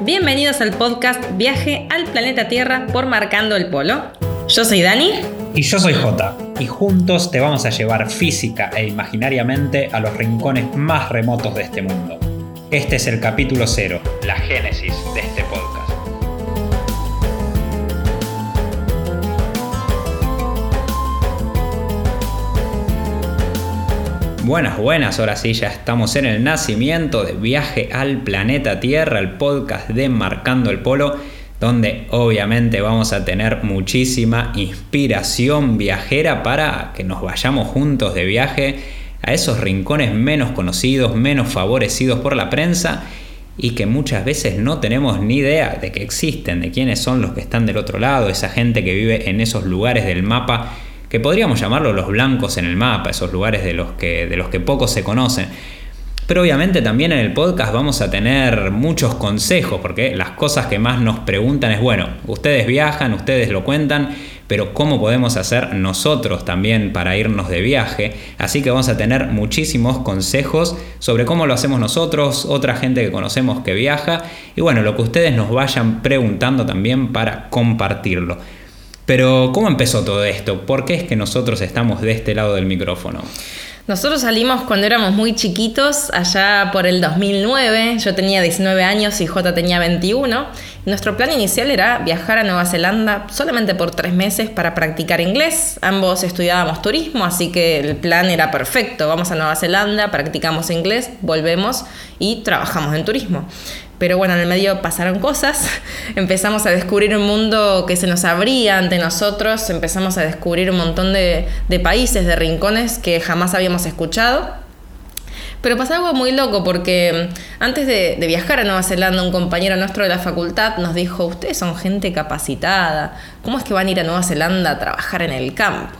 bienvenidos al podcast Viaje al Planeta Tierra por Marcando el Polo. Yo soy Dani. Y yo soy Jota, y juntos te vamos a llevar física e imaginariamente a los rincones más remotos de este mundo. Este es el capítulo 0, la génesis de este podcast. Buenas, ahora sí ya estamos en el nacimiento de Viaje al Planeta Tierra, el podcast de Marcando el Polo, donde obviamente vamos a tener muchísima inspiración viajera para que nos vayamos juntos de viaje a esos rincones menos conocidos, menos favorecidos por la prensa y que muchas veces no tenemos ni idea de que existen, de quiénes son los que están del otro lado, esa gente que vive en esos lugares del mapa que podríamos llamarlo los blancos en el mapa, esos lugares de los que pocos se conocen. Pero obviamente también en el podcast vamos a tener muchos consejos, porque las cosas que más nos preguntan es, bueno, ustedes viajan, ustedes lo cuentan, pero ¿cómo podemos hacer nosotros también para irnos de viaje? Así que vamos a tener muchísimos consejos sobre cómo lo hacemos nosotros, otra gente que conocemos que viaja, y bueno, lo que ustedes nos vayan preguntando también para compartirlo. Pero, ¿cómo empezó todo esto? ¿Por qué es que nosotros estamos de este lado del micrófono? Nosotros salimos cuando éramos muy chiquitos, allá por el 2009. Yo tenía 19 años y Jota tenía 21. Nuestro plan inicial era viajar a Nueva Zelanda solamente por 3 meses para practicar inglés. Ambos estudiábamos turismo, así que el plan era perfecto. Vamos a Nueva Zelanda, practicamos inglés, volvemos y trabajamos en turismo. Pero bueno, en el medio pasaron cosas, empezamos a descubrir un mundo que se nos abría ante nosotros, empezamos a descubrir un montón de países, de rincones que jamás habíamos escuchado. Pero pasaba algo muy loco porque antes de viajar a Nueva Zelanda, un compañero nuestro de la facultad nos dijo: ustedes son gente capacitada, ¿cómo es que van a ir a Nueva Zelanda a trabajar en el campo?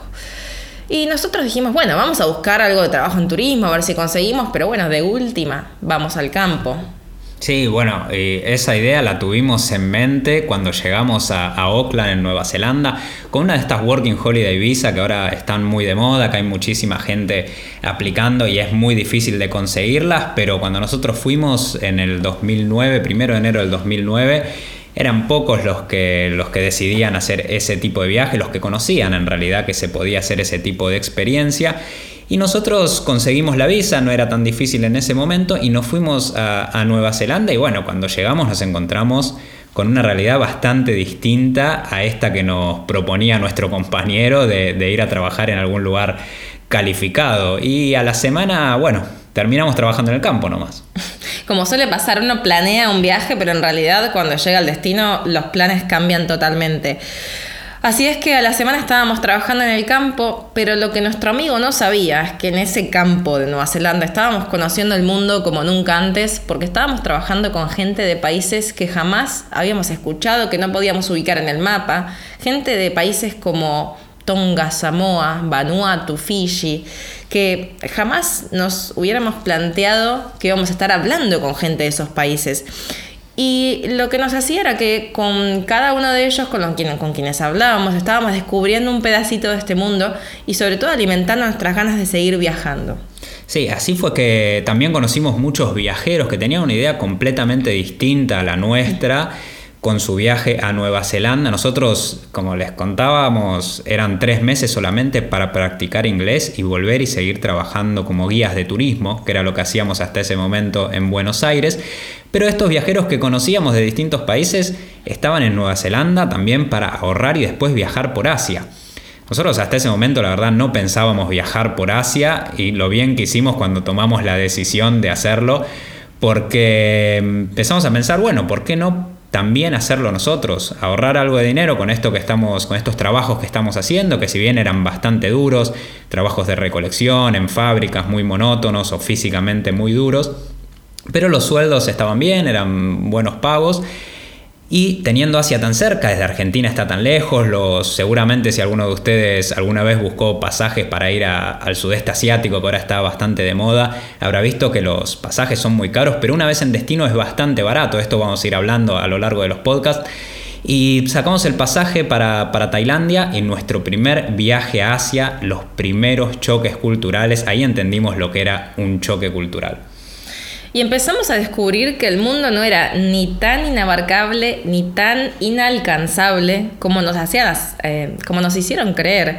Y nosotros dijimos, bueno, vamos a buscar algo de trabajo en turismo, a ver si conseguimos, pero bueno, de última, vamos al campo. Sí, bueno, esa idea la tuvimos en mente cuando llegamos a Auckland, en Nueva Zelanda, con una de estas Working Holiday Visa que ahora están muy de moda, que hay muchísima gente aplicando y es muy difícil de conseguirlas, pero cuando nosotros fuimos en el 2009, 1 de enero del 2009, eran pocos los que decidían hacer ese tipo de viaje, los que conocían en realidad que se podía hacer ese tipo de experiencia. Y nosotros conseguimos la visa, no era tan difícil en ese momento, y nos fuimos a Nueva Zelanda. Y bueno, cuando llegamos nos encontramos con una realidad bastante distinta a esta que nos proponía nuestro compañero de ir a trabajar en algún lugar calificado. Y a la semana, bueno, terminamos trabajando en el campo nomás. Como suele pasar, uno planea un viaje, pero en realidad cuando llega al destino los planes cambian totalmente. Así es que a la semana estábamos trabajando en el campo, pero lo que nuestro amigo no sabía es que en ese campo de Nueva Zelanda estábamos conociendo el mundo como nunca antes, porque estábamos trabajando con gente de países que jamás habíamos escuchado, que no podíamos ubicar en el mapa, gente de países como Tonga, Samoa, Vanuatu, Fiji, que jamás nos hubiéramos planteado que íbamos a estar hablando con gente de esos países. Y lo que nos hacía era que con cada uno de ellos, con quienes hablábamos, estábamos descubriendo un pedacito de este mundo y sobre todo alimentando nuestras ganas de seguir viajando. Sí, así fue que también conocimos muchos viajeros que tenían una idea completamente distinta a la nuestra con su viaje a Nueva Zelanda. Nosotros, como les contábamos, eran 3 meses solamente para practicar inglés y volver y seguir trabajando como guías de turismo, que era lo que hacíamos hasta ese momento en Buenos Aires. Pero estos viajeros que conocíamos de distintos países estaban en Nueva Zelanda también para ahorrar y después viajar por Asia. Nosotros hasta ese momento la verdad no pensábamos viajar por Asia, y lo bien que hicimos cuando tomamos la decisión de hacerlo, porque empezamos a pensar, bueno, ¿por qué no también hacerlo nosotros? Ahorrar algo de dinero con estos trabajos que estamos haciendo, que si bien eran bastante duros, trabajos de recolección en fábricas muy monótonos o físicamente muy duros, pero los sueldos estaban bien, eran buenos pagos. Y teniendo Asia tan cerca, desde Argentina está tan lejos, seguramente si alguno de ustedes alguna vez buscó pasajes para ir al sudeste asiático, que ahora está bastante de moda, habrá visto que los pasajes son muy caros, pero una vez en destino es bastante barato. Esto vamos a ir hablando a lo largo de los podcasts. Y sacamos el pasaje para Tailandia. En nuestro primer viaje a Asia, los primeros choques culturales, ahí entendimos lo que era un choque cultural. Y empezamos a descubrir que el mundo no era ni tan inabarcable ni tan inalcanzable como como nos hicieron creer.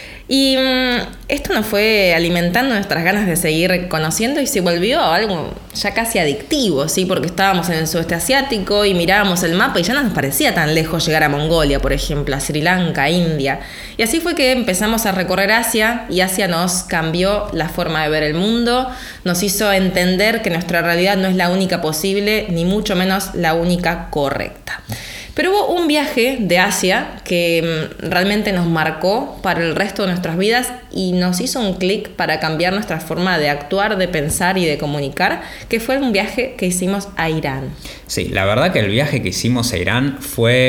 Y esto nos fue alimentando nuestras ganas de seguir conociendo y se volvió algo ya casi adictivo, ¿sí? Porque estábamos en el sudeste asiático y mirábamos el mapa y ya no nos parecía tan lejos llegar a Mongolia, por ejemplo, a Sri Lanka, India. Y así fue que empezamos a recorrer Asia y Asia nos cambió la forma de ver el mundo, nos hizo entender que nuestra realidad no es la única posible, ni mucho menos la única correcta. Pero hubo un viaje de Asia que realmente nos marcó para el resto de nuestras vidas y nos hizo un clic para cambiar nuestra forma de actuar, de pensar y de comunicar, que fue un viaje que hicimos a Irán. Sí, la verdad que el viaje que hicimos a Irán fue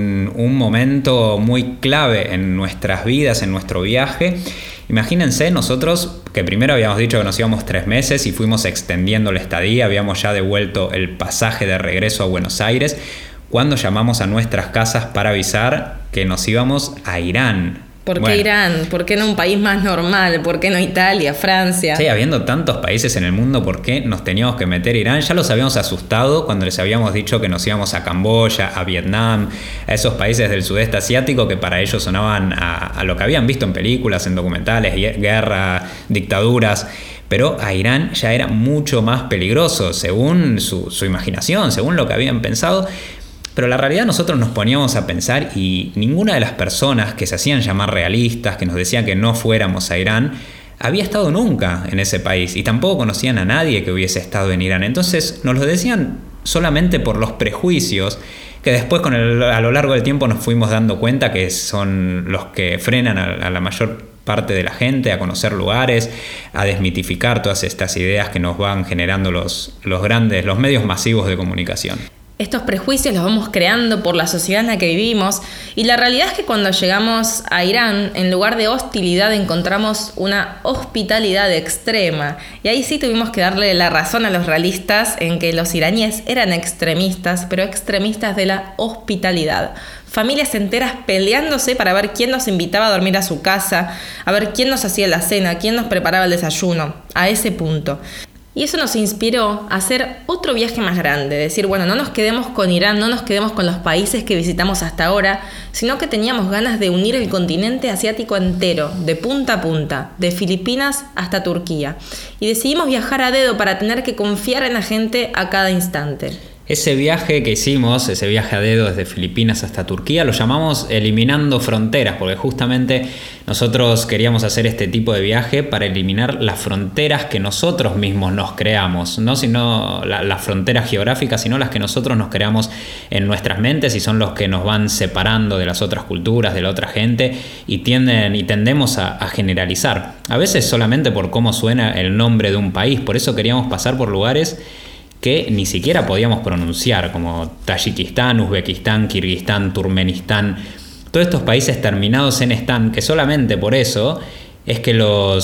un momento muy clave en nuestras vidas, en nuestro viaje. Imagínense nosotros que primero habíamos dicho que nos íbamos 3 meses y fuimos extendiendo la estadía, habíamos ya devuelto el pasaje de regreso a Buenos Aires, cuando llamamos a nuestras casas para avisar que nos íbamos a Irán. ¿Por qué Irán? ¿Por qué no un país más normal? ¿Por qué no Italia, Francia? Sí, habiendo tantos países en el mundo, ¿por qué nos teníamos que meter a Irán? Ya los habíamos asustado cuando les habíamos dicho que nos íbamos a Camboya, a Vietnam, a esos países del sudeste asiático que para ellos sonaban a lo que habían visto en películas, en documentales, guerra, dictaduras. Pero a Irán ya era mucho más peligroso, según su imaginación, según lo que habían pensado. Pero la realidad nosotros nos poníamos a pensar y ninguna de las personas que se hacían llamar realistas, que nos decían que no fuéramos a Irán, había estado nunca en ese país y tampoco conocían a nadie que hubiese estado en Irán. Entonces nos lo decían solamente por los prejuicios que después a lo largo del tiempo nos fuimos dando cuenta que son los que frenan a la mayor parte de la gente a conocer lugares, a desmitificar todas estas ideas que nos van generando los medios masivos de comunicación. Estos prejuicios los vamos creando por la sociedad en la que vivimos y la realidad es que cuando llegamos a Irán, en lugar de hostilidad encontramos una hospitalidad extrema. Y ahí sí tuvimos que darle la razón a los realistas en que los iraníes eran extremistas, pero extremistas de la hospitalidad. Familias enteras peleándose para ver quién nos invitaba a dormir a su casa, a ver quién nos hacía la cena, quién nos preparaba el desayuno, a ese punto. Y eso nos inspiró a hacer otro viaje más grande, decir, bueno, no nos quedemos con Irán, no nos quedemos con los países que visitamos hasta ahora, sino que teníamos ganas de unir el continente asiático entero, de punta a punta, de Filipinas hasta Turquía. Y decidimos viajar a dedo para tener que confiar en la gente a cada instante. Ese viaje que hicimos, ese viaje a dedo desde Filipinas hasta Turquía, lo llamamos Eliminando Fronteras, porque justamente nosotros queríamos hacer este tipo de viaje para eliminar las fronteras que nosotros mismos nos creamos, no sino las fronteras geográficas, sino las que nosotros nos creamos en nuestras mentes y son los que nos van separando de las otras culturas, de la otra gente y tendemos a generalizar, a veces solamente por cómo suena el nombre de un país. Por eso queríamos pasar por lugares que ni siquiera podíamos pronunciar, como Tayikistán, Uzbekistán, Kirguistán, Turkmenistán, todos estos países terminados en están, que solamente por eso es que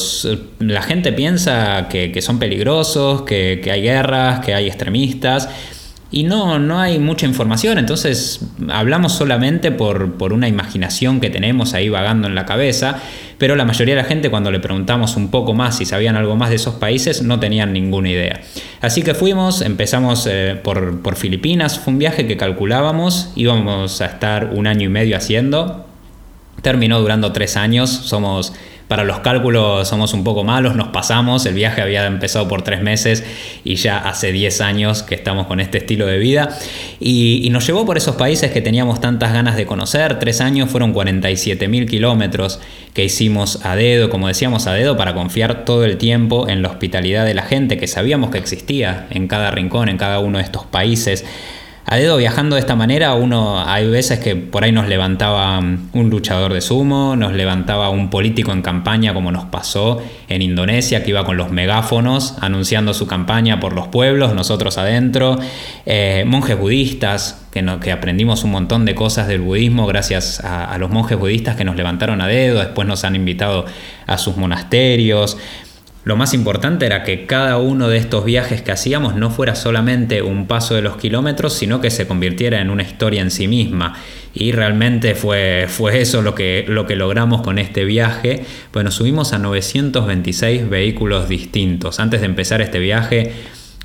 la gente piensa que son peligrosos, que hay guerras, que hay extremistas, y no hay mucha información. Entonces hablamos solamente por una imaginación que tenemos ahí vagando en la cabeza, pero la mayoría de la gente, cuando le preguntamos un poco más si sabían algo más de esos países, no tenían ninguna idea. Así que empezamos por Filipinas. Fue un viaje que calculábamos íbamos a estar 1 año y medio haciendo. Terminó durando 3 años. Para los cálculos somos un poco malos, nos pasamos. El viaje había empezado por 3 meses y ya hace 10 años que estamos con este estilo de vida. Y nos llevó por esos países que teníamos tantas ganas de conocer. 3 años fueron 47.000 kilómetros que hicimos a dedo, como decíamos, a dedo, para confiar todo el tiempo en la hospitalidad de la gente que sabíamos que existía en cada rincón, en cada uno de estos países. A dedo, viajando de esta manera, hay veces que por ahí nos levantaba un luchador de sumo, nos levantaba un político en campaña, como nos pasó en Indonesia, que iba con los megáfonos anunciando su campaña por los pueblos, nosotros adentro, monjes budistas, que aprendimos un montón de cosas del budismo gracias a los monjes budistas que nos levantaron a dedo, después nos han invitado a sus monasterios. Lo más importante era que cada uno de estos viajes que hacíamos no fuera solamente un paso de los kilómetros, sino que se convirtiera en una historia en sí misma. Y realmente fue eso lo que logramos con este viaje. Pues nos subimos a 926 vehículos distintos. Antes de empezar este viaje,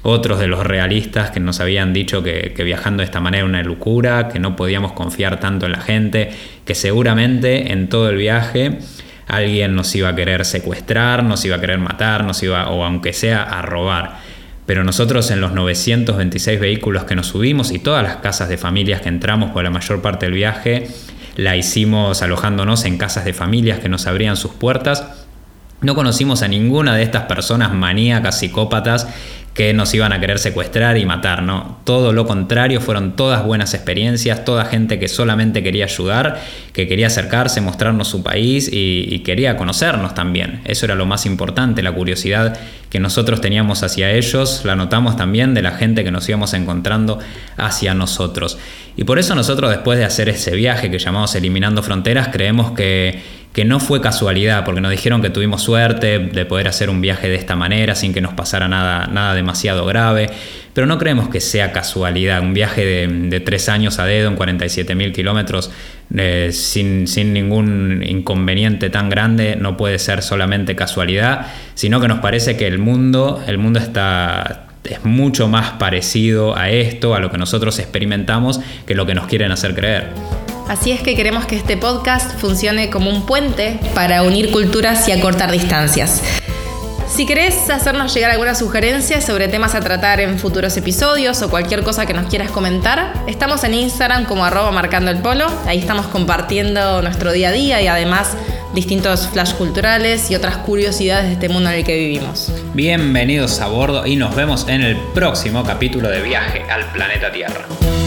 otros de los realistas que nos habían dicho que viajando de esta manera era una locura, que no podíamos confiar tanto en la gente, que seguramente en todo el viaje alguien nos iba a querer secuestrar, nos iba a querer matar, o aunque sea a robar. Pero nosotros en los 926 vehículos que nos subimos y todas las casas de familias que entramos por la mayor parte del viaje, la hicimos alojándonos en casas de familias que nos abrían sus puertas. No conocimos a ninguna de estas personas maníacas, psicópatas, que nos iban a querer secuestrar y matar, ¿no? Todo lo contrario, fueron todas buenas experiencias, toda gente que solamente quería ayudar, que quería acercarse, mostrarnos su país y quería conocernos también. Eso era lo más importante, la curiosidad que nosotros teníamos hacia ellos, la notamos también de la gente que nos íbamos encontrando hacia nosotros. Y por eso nosotros, después de hacer ese viaje que llamamos Eliminando Fronteras, creemos que no fue casualidad, porque nos dijeron que tuvimos suerte de poder hacer un viaje de esta manera sin que nos pasara nada demasiado grave, pero no creemos que sea casualidad. Un viaje de 3 años a dedo en 47.000 kilómetros sin ningún inconveniente tan grande no puede ser solamente casualidad, sino que nos parece que el mundo es mucho más parecido a esto, a lo que nosotros experimentamos, que lo que nos quieren hacer creer. Así es que queremos que este podcast funcione como un puente para unir culturas y acortar distancias. Si querés hacernos llegar alguna sugerencia sobre temas a tratar en futuros episodios o cualquier cosa que nos quieras comentar, estamos en Instagram como @marcandoelpolo. Ahí estamos compartiendo nuestro día a día y además distintos flash culturales y otras curiosidades de este mundo en el que vivimos. Bienvenidos a bordo y nos vemos en el próximo capítulo de Viaje al Planeta Tierra.